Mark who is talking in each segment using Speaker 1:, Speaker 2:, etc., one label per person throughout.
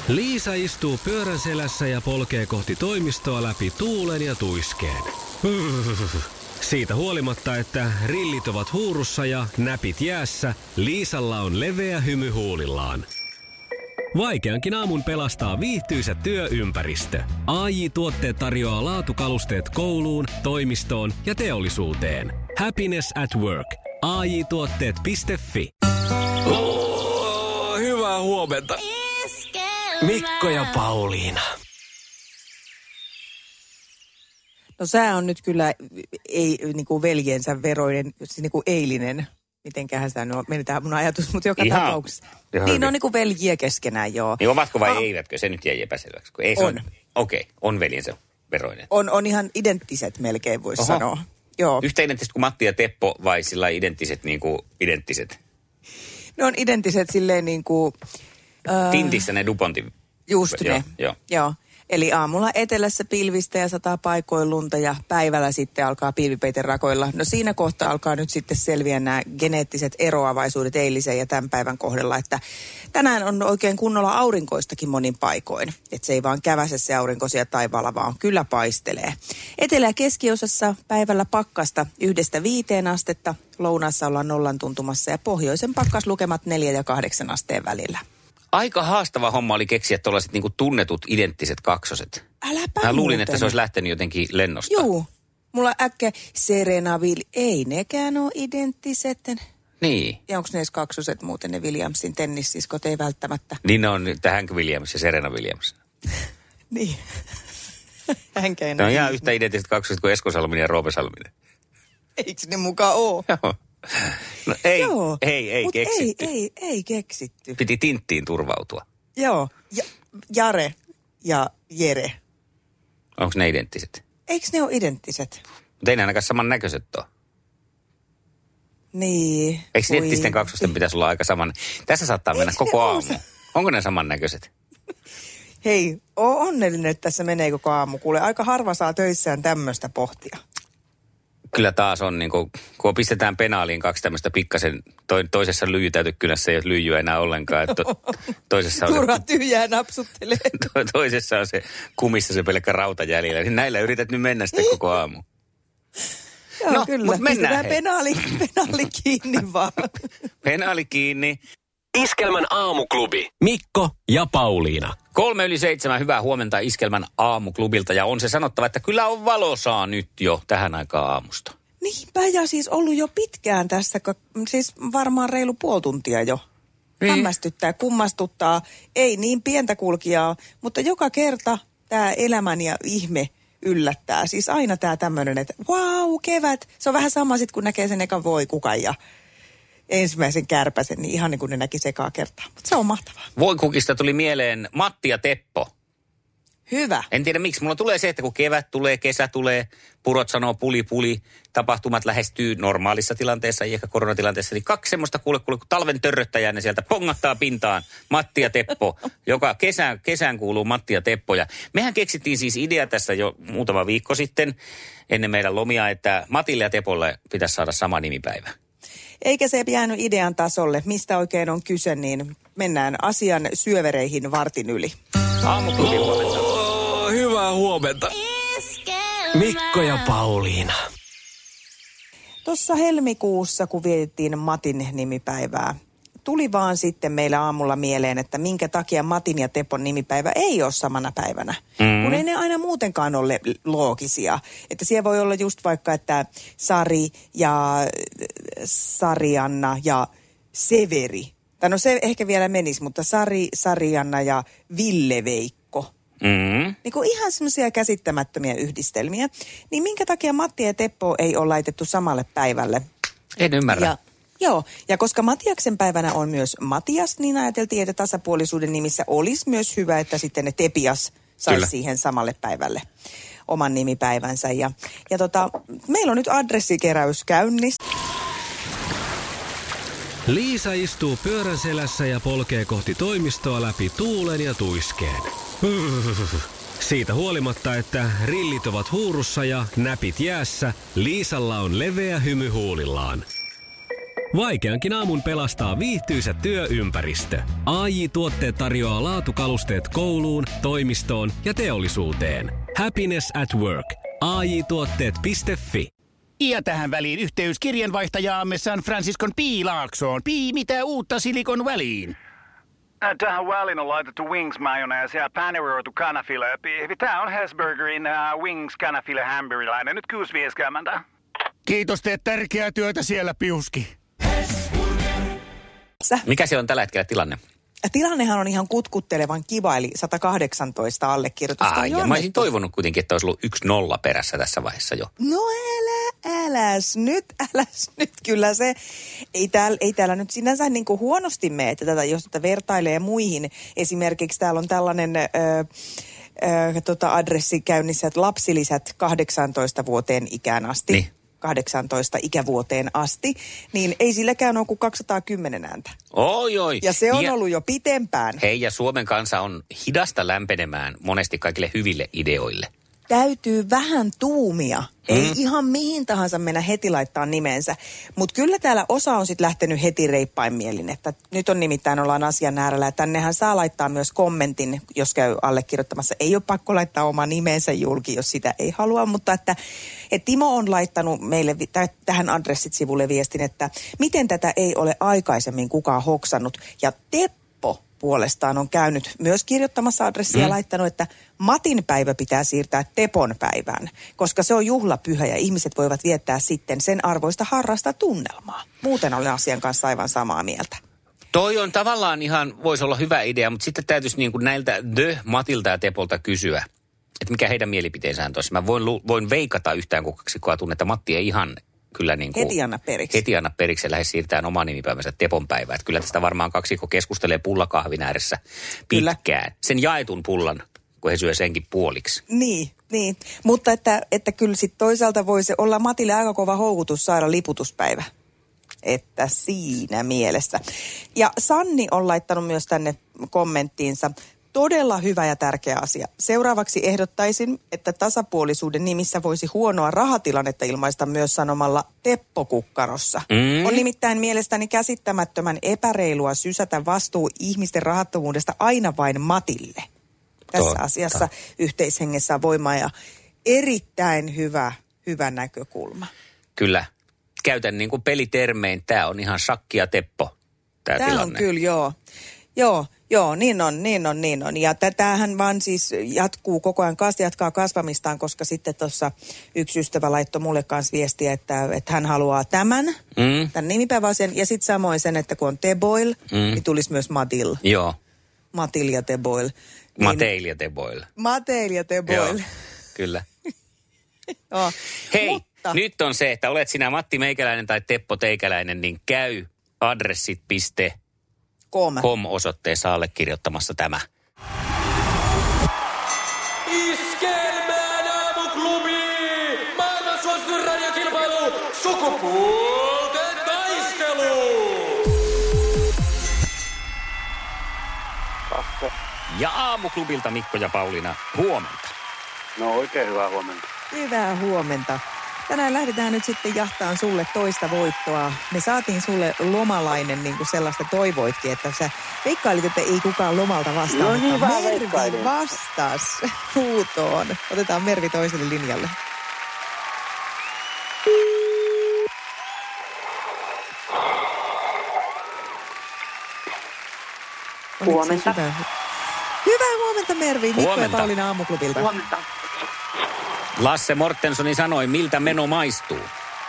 Speaker 1: Liisa istuu pyörän selässä ja polkee kohti toimistoa läpi tuulen ja tuiskeen. Siitä huolimatta, että rillit ovat huurussa ja näpit jäässä, Liisalla on leveä hymy huulillaan. Vaikeankin aamun pelastaa viihtyisä työympäristö. AJ-tuotteet tarjoaa laatukalusteet kouluun, toimistoon ja teollisuuteen. Happiness at work. AJ-tuotteet.fi. Hyvää huomenta. Mikko ja Pauliina.
Speaker 2: No sää on nyt kyllä ei niinku veljensä veroinen, siis niinku eilinen. Mitenköhän sitä meni tähän mun ajatus, mutta joka tapauksessa. Niin on niinku veljiä keskenään, joo.
Speaker 3: Niin ovatko vai eivätkö? Se nyt jäi epäselväksi. Ei,
Speaker 2: on.
Speaker 3: Okei, on veljensä veroinen.
Speaker 2: On ihan identtiset melkein, voisi sanoa. Joo.
Speaker 3: Yhtä identtiset kuin Matti ja Teppo vai sillä identtiset niin kuin identtiset?
Speaker 2: Ne on identtiset silleen niin kuin...
Speaker 3: Tintissä ne Dupontin.
Speaker 2: Just ne. Joo. Eli aamulla etelässä pilvistä ja sataa paikoin lunta ja päivällä sitten alkaa pilvipeite rakoilla. No siinä kohtaa alkaa nyt sitten selviä nämä geneettiset eroavaisuudet eilisen ja tämän päivän kohdalla, että tänään on oikein kunnolla aurinkoistakin monin paikoin. Että se ei vaan käväse se aurinko siellä taivaalla, vaan kyllä paistelee. Etelä- ja keskiosassa päivällä pakkasta 1–5 astetta, lounaassa ollaan 0 tuntumassa ja pohjoisen pakkaslukemat 4 ja 8 asteen välillä.
Speaker 3: Aika haastava homma oli keksiä tuollaiset niinku tunnetut identtiset kaksoset.
Speaker 2: Äläpä
Speaker 3: Mä luulin,
Speaker 2: muuten.
Speaker 3: että se olisi lähtenyt jotenkin lennosta.
Speaker 2: Juu. Mulla äkkiä Serena ei nekään ole identtiset.
Speaker 3: Niin.
Speaker 2: Ja onko ne edes kaksoset muuten ne Williamsin tennissiskot? Ei välttämättä.
Speaker 3: Niin ne on Hank Williams ja Serena Williams.
Speaker 2: Niin.
Speaker 3: Ne on ihan yhtä identtiset kaksoset kuin Esko Salminen ja Roope Salminen.
Speaker 2: Eikö ne mukaan ole?
Speaker 3: Joo. No ei,
Speaker 2: Joo,
Speaker 3: ei keksitty.
Speaker 2: Ei keksitty.
Speaker 3: Piti Tinttiin turvautua.
Speaker 2: Joo, Jare ja Jere.
Speaker 3: Onko ne identtiset?
Speaker 2: Eikö ne ole identtiset?
Speaker 3: Mutta ei ne ainakaan samannäköiset ole.
Speaker 2: Niin.
Speaker 3: Eikö identtisten kaksosten pitäisi olla aika saman? Tässä saattaa mennä koko aamu. Onko ne samannäköiset?
Speaker 2: Hei, oo onnellinen, että tässä menee koko aamu. Kuule, aika harva saa töissään tämmöistä pohtia.
Speaker 3: Kyllä taas on, niin kun pistetään penaaliin 2 tämmöistä pikkasen, toisessa lyijytäytykynässä ei ole lyijyä enää ollenkaan. Toisessa on
Speaker 2: turha tyhjää napsuttelee.
Speaker 3: Toisessa on se kumissa se pelkkä rauta jäljellä. Niin näillä yrität nyt mennä sitten koko aamu.
Speaker 2: Joo,
Speaker 3: no,
Speaker 2: kyllä.
Speaker 3: Mutta mennään
Speaker 2: penaali kiinni vaan.
Speaker 3: Penaali kiinni.
Speaker 1: Iskelmän aamuklubi. Mikko ja Pauliina.
Speaker 3: 6:03, hyvää huomenta Iskelmän aamuklubilta. Ja on se sanottava, että kyllä on valosaa nyt jo tähän aikaan aamusta.
Speaker 2: Niinpä, ja siis ollut jo pitkään tässä, siis varmaan reilu puoli tuntia jo. Hämmästyttää, kummastuttaa, ei niin pientä kulkijaa, mutta joka kerta tämä elämän ja ihme yllättää. Siis aina tämä tämmöinen, että kevät. Se on vähän sama sitten, kun näkee sen ekan voikukan ja ensimmäisen kärpäsen, niin ihan niin kuin ne näki sekaa kertaa. Mutta se on mahtavaa.
Speaker 3: Voikukista tuli mieleen Matti ja Teppo.
Speaker 2: Hyvä.
Speaker 3: En tiedä miksi. Mulla tulee se, että kun kevät tulee, kesä tulee, purot sanoo puli, tapahtumat lähestyy normaalissa tilanteessa, ei ehkä koronatilanteessa, niin 2 semmoista kun talven törröttäjää ne sieltä pongahtaa pintaan, Matti ja Teppo, joka kesään kuuluu Matti ja Teppo. Ja mehän keksittiin siis idea tässä jo muutama viikko sitten, ennen meidän lomia, että Matille ja Tepolle pitäisi saada sama nimipäivä.
Speaker 2: Eikä se jäänyt idean tasolle. Mistä oikein on kyse, niin mennään asian syövereihin vartin yli.
Speaker 3: Aamuklubi huomenta.
Speaker 1: Hyvää huomenta. Mikko ja Pauliina.
Speaker 2: Tuossa helmikuussa, kun vietettiin Matin nimipäivää, tuli vaan sitten meillä aamulla mieleen, että minkä takia Matin ja Tepon nimipäivä ei ole samana päivänä. Kun ei ne aina muutenkaan ole loogisia. Että siellä voi olla just vaikka, että Sari ja Sarianna ja Severi. Tai no se ehkä vielä menisi, mutta Sari, Sarianna ja Ville Veikko. Niin kuin ihan semmoisia käsittämättömiä yhdistelmiä. Niin minkä takia Matti ja Teppo ei ole laitettu samalle päivälle?
Speaker 3: En ymmärrä.
Speaker 2: Ja koska Matiaksen päivänä on myös Matias, niin ajateltiin, että tasapuolisuuden nimissä olisi myös hyvä, että sitten ne Tepias saisi siihen samalle päivälle oman nimipäivänsä. Ja meillä on nyt adressikeräys käynnissä.
Speaker 1: Liisa istuu pyörän selässä ja polkee kohti toimistoa läpi tuulen ja tuiskeen. Siitä huolimatta, että rillit ovat huurussa ja näpit jäässä, Liisalla on leveä hymy huulillaan. Vaikeankin aamun pelastaa viihtyisä työympäristö. AJ Tuotteet tarjoaa laatukalusteet kouluun, toimistoon ja teollisuuteen. Happiness at work. AJ-tuotteet.fi.
Speaker 4: Ja tähän väliin yhteys kirjanvaihtajaamme San Franciscon P. Laaksoon. Mitä uutta Silikon väliin?
Speaker 5: Tähän väliin on laitettu wings mayonnaise ja paneroitu kanafila. Tämä on Hesburgerin wings kanafila hamburilainen. Nyt 6.50.
Speaker 4: Kiitos, teet tärkeää työtä siellä, Piuski.
Speaker 3: Mikä siellä on tällä hetkellä tilanne?
Speaker 2: Tilannehan on ihan kutkuttelevan kiva, eli 118 allekirjoitusta on jo
Speaker 3: mä olisin toivonut kuitenkin, että olisi ollut 1-0 perässä tässä vaiheessa jo.
Speaker 2: No äläs nyt. Kyllä se, ei täällä nyt sinänsä niin kuin huonosti mene, että jos tätä vertailee muihin. Esimerkiksi täällä on tällainen adressi käynnissä, että lapsilisät 18 vuoteen ikään asti.
Speaker 3: Niin.
Speaker 2: 18 ikävuoteen asti, niin ei silläkään ole kuin 210 ääntä.
Speaker 3: Oi.
Speaker 2: Ja se on ollut jo pitempään.
Speaker 3: Hei, ja Suomen kansa on hidasta lämpenemään monesti kaikille hyville ideoille.
Speaker 2: Täytyy vähän tuumia. Ei ihan mihin tahansa mennä heti laittaa nimensä. Mutta kyllä täällä osa on sitten lähtenyt heti reippain mielin. Että nyt on nimittäin ollaan asian äärellä. Ja tännehän saa laittaa myös kommentin, jos käy allekirjoittamassa. Ei ole pakko laittaa oma nimensä julki, jos sitä ei halua. Mutta että Timo on laittanut meille tähän adressit-sivulle viestin, että miten tätä ei ole aikaisemmin kukaan hoksannut. Ja Teppo puolestaan on käynyt myös kirjoittamassa adressia ja laittanut, että Matin päivä pitää siirtää Tepon päivään, koska se on juhlapyhä ja ihmiset voivat viettää sitten sen arvoista harrasta tunnelmaa. Muuten olen asian kanssa aivan samaa mieltä.
Speaker 3: Toi on tavallaan ihan, voisi olla hyvä idea, mutta sitten täytyisi niin kuin näiltä Matilta ja Tepolta kysyä, että mikä heidän mielipiteensä on tossa. Mä voin veikata yhtään, kun kaksikkoa tunne, että Matti ei ihan kyllä niin kuin
Speaker 2: heti anna periksi
Speaker 3: ja lähes siirtää oman nimipäivänsä Tepon päivää. Että kyllä tästä varmaan kaksikko keskustelee pullakahvin ääressä pitkään. Kyllä. Sen jaetun pullan, kun he syö senkin puoliksi.
Speaker 2: Niin. Mutta että kyllä sitten toisaalta voi se olla Matille aika kova houkutus saada liputuspäivä. Että siinä mielessä. Ja Sanni on laittanut myös tänne kommenttiinsa. Todella hyvä ja tärkeä asia. Seuraavaksi ehdottaisin, että tasapuolisuuden nimissä voisi huonoa rahatilannetta ilmaista myös sanomalla Teppo-kukkarossa. On nimittäin mielestäni käsittämättömän epäreilua sysätä vastuu ihmisten rahattomuudesta aina vain Matille. Tässä asiassa yhteishengessä on voimaa ja erittäin hyvä näkökulma.
Speaker 3: Kyllä. Käytän niin kuin pelitermein. Tämä on ihan Shakki ja Teppo, tämä tilanne.
Speaker 2: On kyllä, Joo, niin on. Ja tämähän vaan siis jatkuu koko ajan, jatkaa kasvamistaan, koska sitten tuossa yksi ystävä laittoi mulle kanssa viestiä, että hän haluaa tämän nimipäiväasian. Ja sitten samoin sen, että kun on Teboil, niin tulisi myös Matil.
Speaker 3: Joo.
Speaker 2: Matil ja Teboil.
Speaker 3: Mateil ja Teboil.
Speaker 2: Mateil ja Teboil.
Speaker 3: Joo, kyllä.
Speaker 2: Joo.
Speaker 3: Hei, nyt on se, että olet sinä Matti Meikäläinen tai Teppo Teikäläinen, niin käy adressit.com-osoitteessa allekirjoittamassa tämä.
Speaker 6: Iskelmään aamuklubi! Maailman suosituin radiokilpailu! Sukupuolten taistelu!
Speaker 3: Ja aamuklubilta Mikko ja Pauliina, huomenta.
Speaker 7: No oikein hyvää huomenta.
Speaker 2: Hyvää huomenta. Tänään lähdetään nyt sitten jahtaan sulle toista voittoa. Me saatiin sulle lomalainen, niin kuin sellaista toivoitkin, että sä veikkailit, että ei kukaan lomalta vastaa.
Speaker 7: No niin,
Speaker 2: mutta Mervi vastas huutoon. Otetaan Mervi toiselle linjalle.
Speaker 8: Huomenta.
Speaker 2: Hyvää huomenta, Mervi. Mikko ja Pauliina aamuklubilta.
Speaker 8: Huomenta.
Speaker 3: Lasse Mortensoni sanoi, miltä meno maistuu.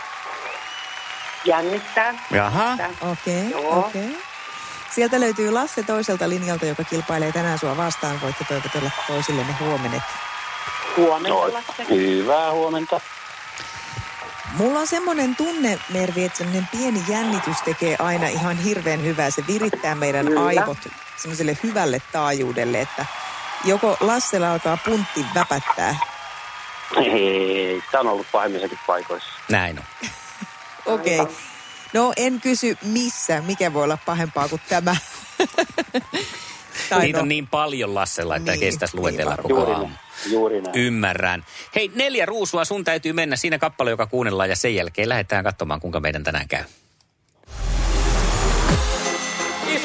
Speaker 8: Jännittää.
Speaker 3: Jaha.
Speaker 2: Okei. Sieltä löytyy Lasse toiselta linjalta, joka kilpailee tänään sua vastaan. Voitte toivotella toisillenne huomenet.
Speaker 8: Huomenta, Lasse.
Speaker 7: Hyvää huomenta.
Speaker 2: Mulla on semmoinen tunne, Mervi, että semmoinen pieni jännitys tekee aina ihan hirveän hyvää. Se virittää meidän aivot semmoiselle hyvälle taajuudelle, että joko Lassella alkaa puntti väpättää.
Speaker 7: Ei, tämä on ollut pahimmissakin paikoissa.
Speaker 3: Näin on.
Speaker 2: Okei. No en kysy missä, mikä voi olla pahempaa kuin tämä.
Speaker 3: Niitä on niin paljon Lassella, että kestäisi luetella koko aamu.
Speaker 7: Juuri näin.
Speaker 3: Ymmärrän. Hei, 4 ruusua sun täytyy mennä siinä kappale, joka kuunnellaan ja sen jälkeen lähdetään katsomaan, kuinka meidän tänään käy.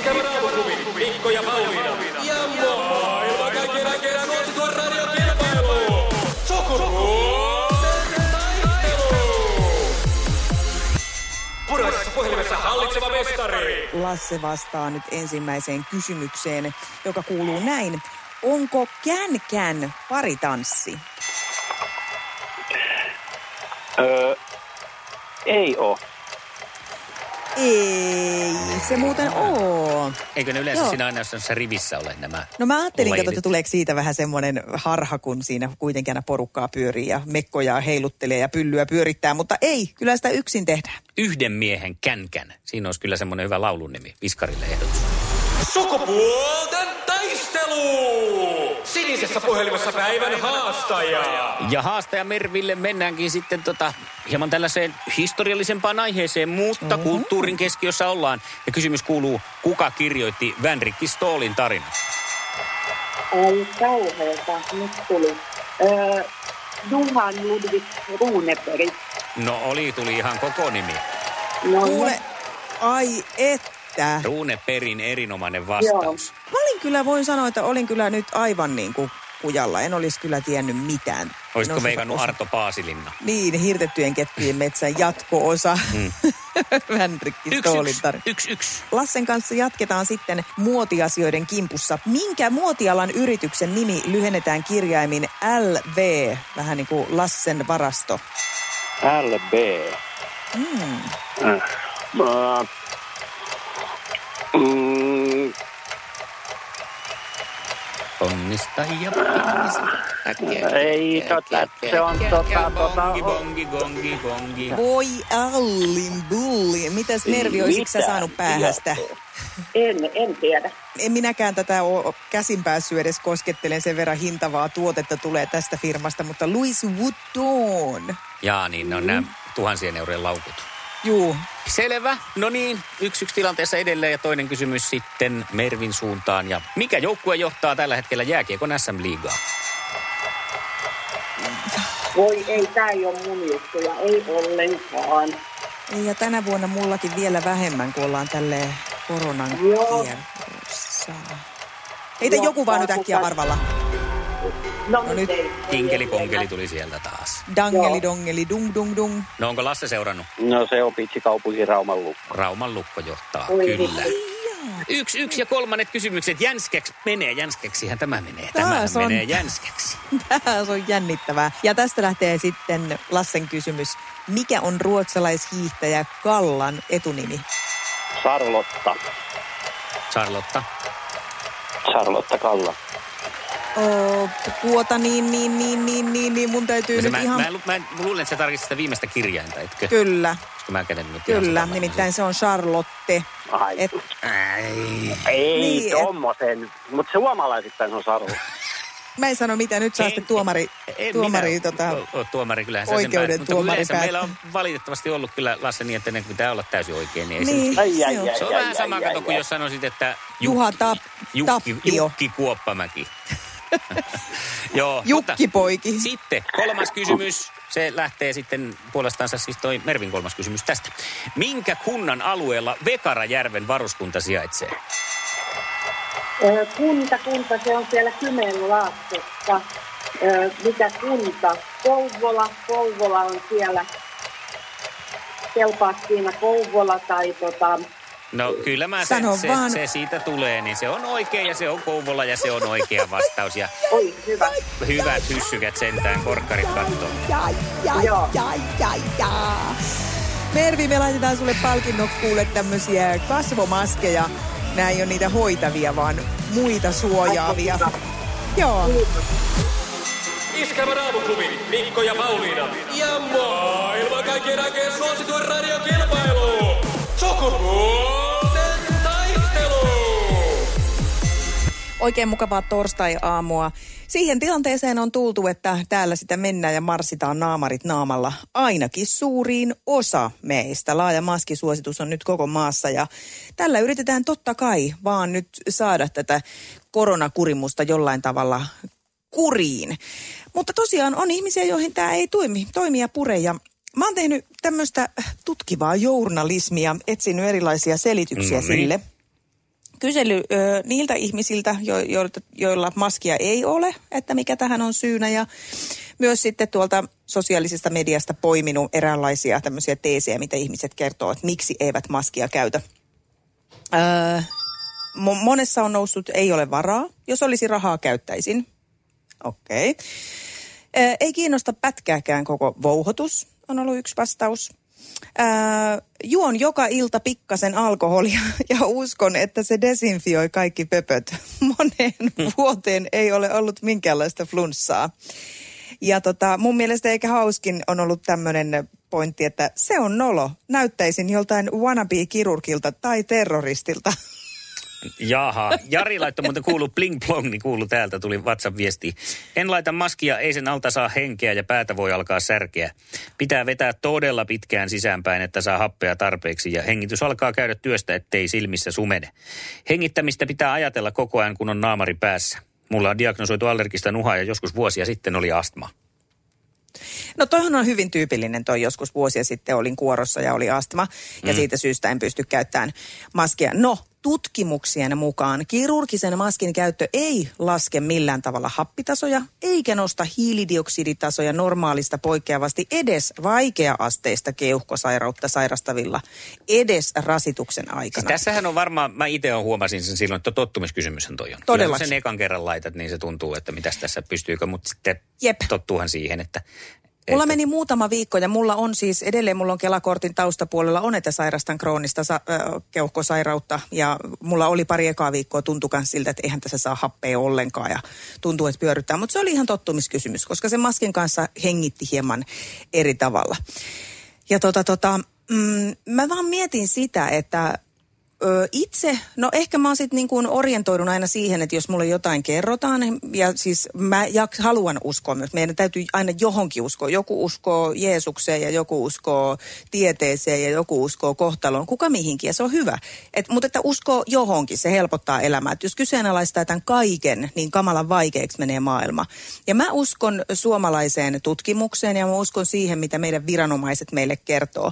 Speaker 6: Iskävä Raamuklubi, Mikko ja Pauliina. Ja maailman kaikkien aikeen suosituen radiokilpailu. Sukupuolten taistelu. Puraisessa puhelimessa hallitseva mestari.
Speaker 2: Lasse vastaa nyt ensimmäiseen kysymykseen, joka kuuluu näin. Onko kän paritanssi?
Speaker 7: Ei oo.
Speaker 2: Ei, se muuten oo.
Speaker 3: Eikö ne yleensä siinä aina jossain rivissä ole nämä?
Speaker 2: No mä ajattelin, että tuleeko siitä vähän semmoinen harha, kun siinä kuitenkin aina porukkaa pyörii ja mekkoja heiluttelee ja pyllyä pyörittää, mutta ei, kyllä sitä yksin tehdään.
Speaker 3: Yhden miehen kän. Siinä olisi kyllä semmoinen hyvä laulun nimi. Viskarille ehdotus.
Speaker 6: Sukupuolten taistelu! Sinisessä puhelimessa päivän haastaja.
Speaker 3: Ja haastaja Merville mennäänkin sitten hieman tällaiseen historiallisempaan aiheeseen, mutta kulttuurin keskiössä ollaan. Ja kysymys kuuluu, kuka kirjoitti Vänrikki Stoolin tarina?
Speaker 8: Ai kauheeta, nyt tuli. Johan Ludvig Runeberg.
Speaker 3: No tuli ihan koko nimi.
Speaker 8: No,
Speaker 2: Kuule, ai että.
Speaker 3: Runebergin erinomainen vastaus.
Speaker 8: Joo.
Speaker 2: Voin sanoa, että olin kyllä nyt aivan niin kuin kujalla. En olisi kyllä tiennyt mitään.
Speaker 3: Olisitko veikannut Arto Paasilinna?
Speaker 2: Niin, Hirtettyjen kettujen metsän jatko-osa. Vänrikki Stoolin tarina.
Speaker 3: 1-1.
Speaker 2: Lassen kanssa jatketaan sitten muotiasioiden kimpussa. Minkä muotialan yrityksen nimi lyhennetään kirjaimin LV? Vähän niin kuin Lassen varasto.
Speaker 7: LB.
Speaker 3: Onnista ja pinnistä.
Speaker 7: Ei, se on
Speaker 3: Gongi.
Speaker 2: Voi allin bulli. Mitäs Mervi, olisitko sä saanut päähästä?
Speaker 8: En tiedä.
Speaker 2: En minäkään tätä ole käsin päässyt edes koskettelen, sen verran hintavaa tuotetta tulee tästä firmasta, mutta Louis Vuitton.
Speaker 3: Jaa, niin ne on nämä 1000 eurojen laukut.
Speaker 2: Juu.
Speaker 3: Selvä. No niin, 1-1 tilanteessa edelleen ja toinen kysymys sitten Mervin suuntaan. Ja mikä joukkue johtaa tällä hetkellä jääkiekon SM-liigaa?
Speaker 8: Voi ei, tää ei ole mun juttuja, ei ollenkaan.
Speaker 2: Ja tänä vuonna mullakin vielä vähemmän, kun ollaan tälleen koronan kierrossa. Heitä joku vaan nyt äkkiä arvalla.
Speaker 8: No nyt ei.
Speaker 3: Kinkeli-konkeli tuli sieltä taas.
Speaker 2: Dangeli, dongeli, dung, dung, dung.
Speaker 3: No onko Lasse seurannut?
Speaker 7: No se on pitsikaupunki Rauman Lukko.
Speaker 3: Rauman Lukko johtaa,
Speaker 8: Oi,
Speaker 3: kyllä. 1-1 ja kolmannet kysymykset. Jänskeksihän tämä menee. Menee jänskeksi.
Speaker 2: Tämä on jännittävää. Ja tästä lähtee sitten Lassen kysymys. Mikä on ruotsalaishiihtäjä Kallan etunimi?
Speaker 7: Charlotta Kalla.
Speaker 2: Mun täytyy nyt ihan...
Speaker 3: Mä luulen, että sä tarkistat sitä viimeistä kirjainta, etkö?
Speaker 2: Kyllä.
Speaker 3: Koska mä käden nyt
Speaker 2: Kyllä, nimittäin se on Charlotte.
Speaker 7: Ei
Speaker 2: niin,
Speaker 7: tommosen, mutta suomalaisittain se on Charlotte.
Speaker 2: Mä en sano mitä, nyt saa sitten tuomari
Speaker 3: kyllähän se
Speaker 2: oikeuden tuomari päättää.
Speaker 3: Meillä on valitettavasti ollut kyllä Lasse niin, että ne pitää olla täysin oikein. Niin se on vähän sama kato kuin jos sanoisit, että
Speaker 2: Juha Tappio.
Speaker 3: Jukki Kuoppamäki. Joo,
Speaker 2: Jukki-poiki.
Speaker 3: Sitten kolmas kysymys. Se lähtee sitten puolestaansa siis toi Mervin kolmas kysymys tästä. Minkä kunnan alueella Vekarajärven varuskunta sijaitsee?
Speaker 8: Kunta, se on siellä Kymenlaaksossa. Mikä kunta? Kouvola on siellä. Kelpaa siinä Kouvola tai
Speaker 3: No kyllä se siitä tulee, niin se on oikein ja se on Kouvola ja se on oikea vastaus. Ja
Speaker 8: oi, hyvä.
Speaker 3: Hyvät hyssykät sentään, korkkarit kattoo.
Speaker 2: Mervi, me laitetaan sulle palkinnoksi kuule tämmöisiä kasvomaskeja. Nämä ei ole niitä hoitavia, vaan muita suojaavia. Joo.
Speaker 6: Iskävä Raamuklubi, Mikko ja Pauliina. Ja maailman kaikkien aikeen suosituen radiokilpailu. Sukupuolten taistelu.
Speaker 2: Oikein mukavaa torstai-aamua. Siihen tilanteeseen on tultu, että täällä sitä mennään ja marssitaan naamarit naamalla. Ainakin suuriin osa meistä. Laaja maskisuositus on nyt koko maassa ja tällä yritetään totta kai vaan nyt saada tätä koronakurimusta jollain tavalla kuriin. Mutta tosiaan on ihmisiä, joihin tämä ei toimi ja pure. Ja mä oon tehnyt tämmöistä tutkivaa journalismia, etsinyt erilaisia selityksiä sille. kysely niiltä ihmisiltä, joilla maskia ei ole, että mikä tähän on syynä. Ja myös sitten tuolta sosiaalisesta mediasta poiminut eräänlaisia tämmöisiä teesejä, mitä ihmiset kertoo, että miksi eivät maskia käytä. Monessa on noussut, ei ole varaa. Jos olisi rahaa, käyttäisin. Okei. Ei kiinnosta pätkääkään koko vouhotus, on ollut yksi vastaus. Juon joka ilta pikkasen alkoholia ja uskon, että se desinfioi kaikki pöpöt. Moneen vuoteen ei ole ollut minkäänlaista flunssaa. Ja mun mielestä eikä hauskin on ollut tämmöinen pointti, että se on nolo. Näyttäisin joltain wannabe-kirurgilta tai terroristilta.
Speaker 3: Jaha, Jari laittoi muuten kuuluu bling plong, niin kuuluu täältä, tuli WhatsApp-viesti. En laita maskia, ei sen alta saa henkeä ja päätä voi alkaa särkeä. Pitää vetää todella pitkään sisäänpäin, että saa happea tarpeeksi ja hengitys alkaa käydä työstä, ettei silmissä sumene. Hengittämistä pitää ajatella koko ajan, kun on naamari päässä. Mulla on diagnosoitu allergista nuhaa ja joskus vuosia sitten oli astma.
Speaker 2: No toihan on hyvin tyypillinen toi, joskus vuosia sitten olin kuorossa ja oli astma ja siitä syystä en pysty käyttämään maskia. No, tutkimuksien mukaan kirurgisen maskin käyttö ei laske millään tavalla happitasoja eikä nosta hiilidioksiditasoja normaalista poikkeavasti edes vaikea-asteista keuhkosairautta sairastavilla edes rasituksen aikana.
Speaker 3: Siis tässähän on varmaan, mä itse huomasin sen silloin, että tottumiskysymyshän toi on.
Speaker 2: Todellakin.
Speaker 3: Jos sen ekan kerran laitat, niin se tuntuu, että mitäs tässä pystyykö, mutta sitten tottuuhan siihen, että...
Speaker 2: Mulla meni muutama viikko ja mulla on siis edelleen, mulla on Kela-kortin taustapuolella on, että sairastan kroonista keuhkosairautta ja mulla oli pari ekaa viikkoa, tuntui myös siltä, että eihän tässä saa happea ollenkaan ja tuntuu, että pyörryttää. Mutta se oli ihan tottumiskysymys, koska se maskin kanssa hengitti hieman eri tavalla. Ja mä vaan mietin sitä, että itse, no ehkä mä oon sitten niin kuin orientoidun aina siihen, että jos mulle jotain kerrotaan, ja siis mä haluan uskoa myös, meidän täytyy aina johonkin uskoa. Joku uskoo Jeesukseen ja joku uskoo tieteeseen ja joku uskoo kohtaloon, kuka mihinkin, ja se on hyvä. Mutta että uskoo johonkin, se helpottaa elämää. Et jos kyseenalaistaa tämän kaiken, niin kamalan vaikeaksi menee maailma. Ja mä uskon suomalaiseen tutkimukseen ja mä uskon siihen, mitä meidän viranomaiset meille kertoo.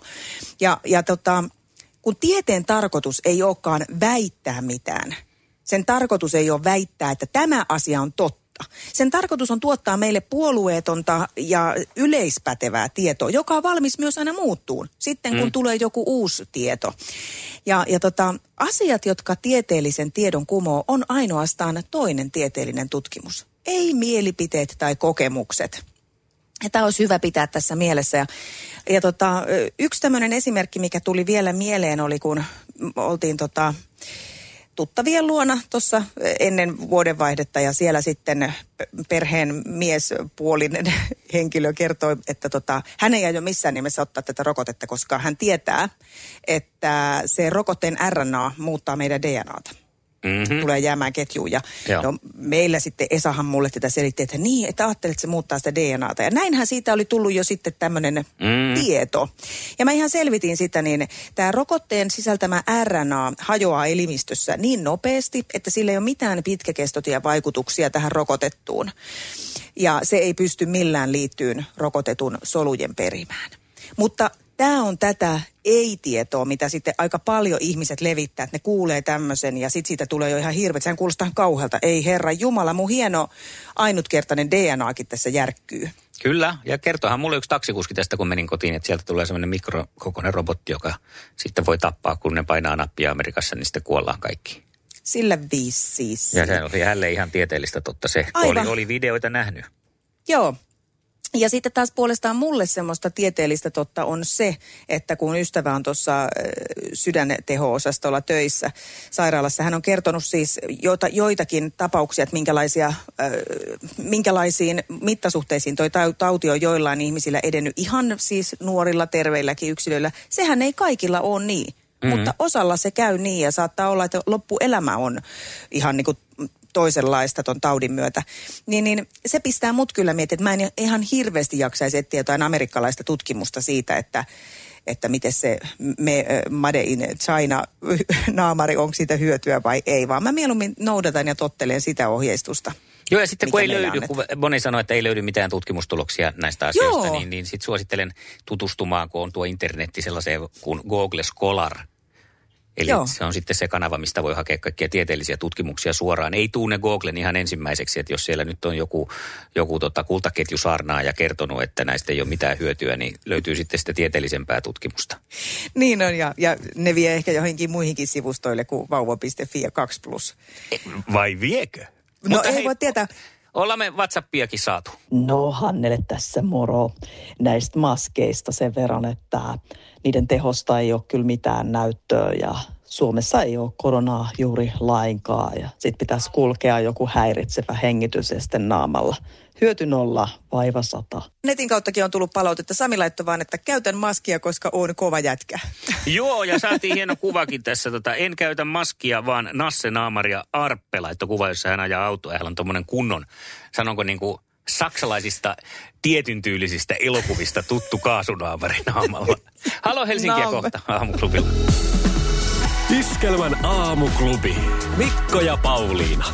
Speaker 2: Kun tieteen tarkoitus ei olekaan väittää mitään, sen tarkoitus ei ole väittää, että tämä asia on totta. Sen tarkoitus on tuottaa meille puolueetonta ja yleispätevää tietoa, joka on valmis myös aina muuttuun, sitten kun tulee joku uusi tieto. Asiat, jotka tieteellisen tiedon kumoo, on ainoastaan toinen tieteellinen tutkimus. Ei mielipiteet tai kokemukset. Ja tämä olisi hyvä pitää tässä mielessä. Yksi tämmöinen esimerkki, mikä tuli vielä mieleen, oli kun oltiin tuttavien luona tuossa ennen vuodenvaihdetta ja siellä sitten perheen miespuolinen henkilö kertoi, että hän ei aio missään nimessä ottaa tätä rokotetta, koska hän tietää, että se rokotteen RNA muuttaa meidän DNAta. Tulee jäämään ketjuun. Ja no, meillä sitten Esahan mulle tätä selitti, että niin, että ajattelet, että se muuttaa sitä DNAta. Ja näinhän siitä oli tullut jo sitten tämmöinen tieto. Ja mä ihan selvitin sitä, niin tämä rokotteen sisältämä RNA hajoaa elimistössä niin nopeasti, että sillä ei ole mitään pitkäkestoisia vaikutuksia tähän rokotettuun. Ja se ei pysty millään liittyyn rokotetun solujen perimään. Mutta tämä on tätä ei-tietoa, mitä sitten aika paljon ihmiset levittää, että ne kuulee tämmöisen ja sitten siitä tulee jo ihan hirveet. Sehän kuulostaa kauhealta. Ei herra jumala, mun hieno ainutkertainen DNAkin tässä järkkyy.
Speaker 3: Kyllä, ja kertohan mulle yksi taksikuski tästä, kun menin kotiin, että sieltä tulee semmoinen mikrokokoinen robotti, joka sitten voi tappaa, kun ne painaa nappia Amerikassa, niin sitten kuollaan kaikki.
Speaker 2: Sillä viisi.
Speaker 3: Ja se oli hänelle ihan tieteellistä totta se, oli videoita nähnyt.
Speaker 2: Joo. Ja sitten taas puolestaan mulle semmoista tieteellistä totta on se, että kun ystävä on tuossa sydänteho-osastolla töissä sairaalassa, hän on kertonut siis joitakin tapauksia, että minkälaisiin mittasuhteisiin toi tauti on joillain ihmisillä edennyt ihan siis nuorilla terveilläkin yksilöillä. Sehän ei kaikilla ole niin, mutta osalla se käy niin ja saattaa olla, että loppuelämä on ihan niin kuin toisenlaista ton taudin myötä, niin se pistää mut kyllä miettimään, että mä en ihan hirveästi jaksaisi etsiä jotain amerikkalaista tutkimusta siitä, että miten se Made in China naamari, onko siitä hyötyä vai ei, vaan mä mieluummin noudatan ja tottelen sitä ohjeistusta.
Speaker 3: Joo, ja sitten kun ei löydy, kun moni sanoo, että ei löydy mitään tutkimustuloksia näistä asioista, niin sitten suosittelen tutustumaan, kun on tuo internetti sellaiseen kuin Google Scholar. Eli se on sitten se kanava, mistä voi hakea kaikkia tieteellisiä tutkimuksia suoraan. Ei tuu ne Googlen ihan ensimmäiseksi, että jos siellä nyt on joku kultaketjusaarnaaja kertonut, että näistä ei ole mitään hyötyä, niin löytyy sitten sitä tieteellisempää tutkimusta.
Speaker 2: Niin on, ja ne vie ehkä johonkin muihinkin sivustoille kuin vauva.fi ja 2+.
Speaker 3: Vai viekö?
Speaker 2: No ei voi tietää.
Speaker 3: Ollaan me WhatsAppiakin saatu.
Speaker 9: No Hannele tässä moro. Näistä maskeista sen verran, että niiden tehosta ei ole kyllä mitään näyttöä ja Suomessa ei ole koronaa juuri lainkaan. Ja sitten pitäisi kulkea joku häiritsevä hengityseste naamalla. Hyöty 0, vaiva 100.
Speaker 2: Netin kauttakin on tullut palautetta. Sami laittoi vaan, että käytän maskia, koska on kova jätkä.
Speaker 3: Joo, ja saatiin hieno kuvakin tässä. En käytä maskia, vaan Nasse Naamari ja Arppe laittoi kuva, jossa hän ajaa autoa. Hän on tommonen kunnon, sanonko niinku saksalaisista tietyn tyylisistä elokuvista tuttu kaasunaamari naamalla. Halo Helsinkiä kohta aamuklubilla.
Speaker 1: Iskelmän aamuklubi. Mikko ja Pauliina.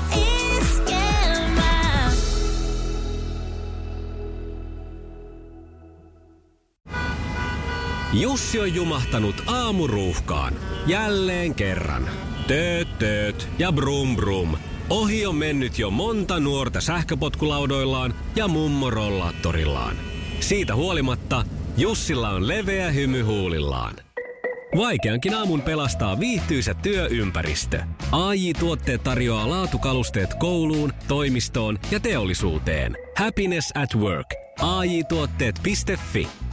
Speaker 1: Jussi on jumahtanut aamuruuhkaan. Jälleen kerran. Tööt ja brum brum. Ohi on mennyt jo monta nuorta sähköpotkulaudoillaan ja mummorollaattorillaan. Siitä huolimatta Jussilla on leveä hymy huulillaan. Vaikeankin aamun pelastaa viihtyisä työympäristö. AJ-tuotteet tarjoaa laatukalusteet kouluun, toimistoon ja teollisuuteen. Happiness at work. AJ-tuotteet.fi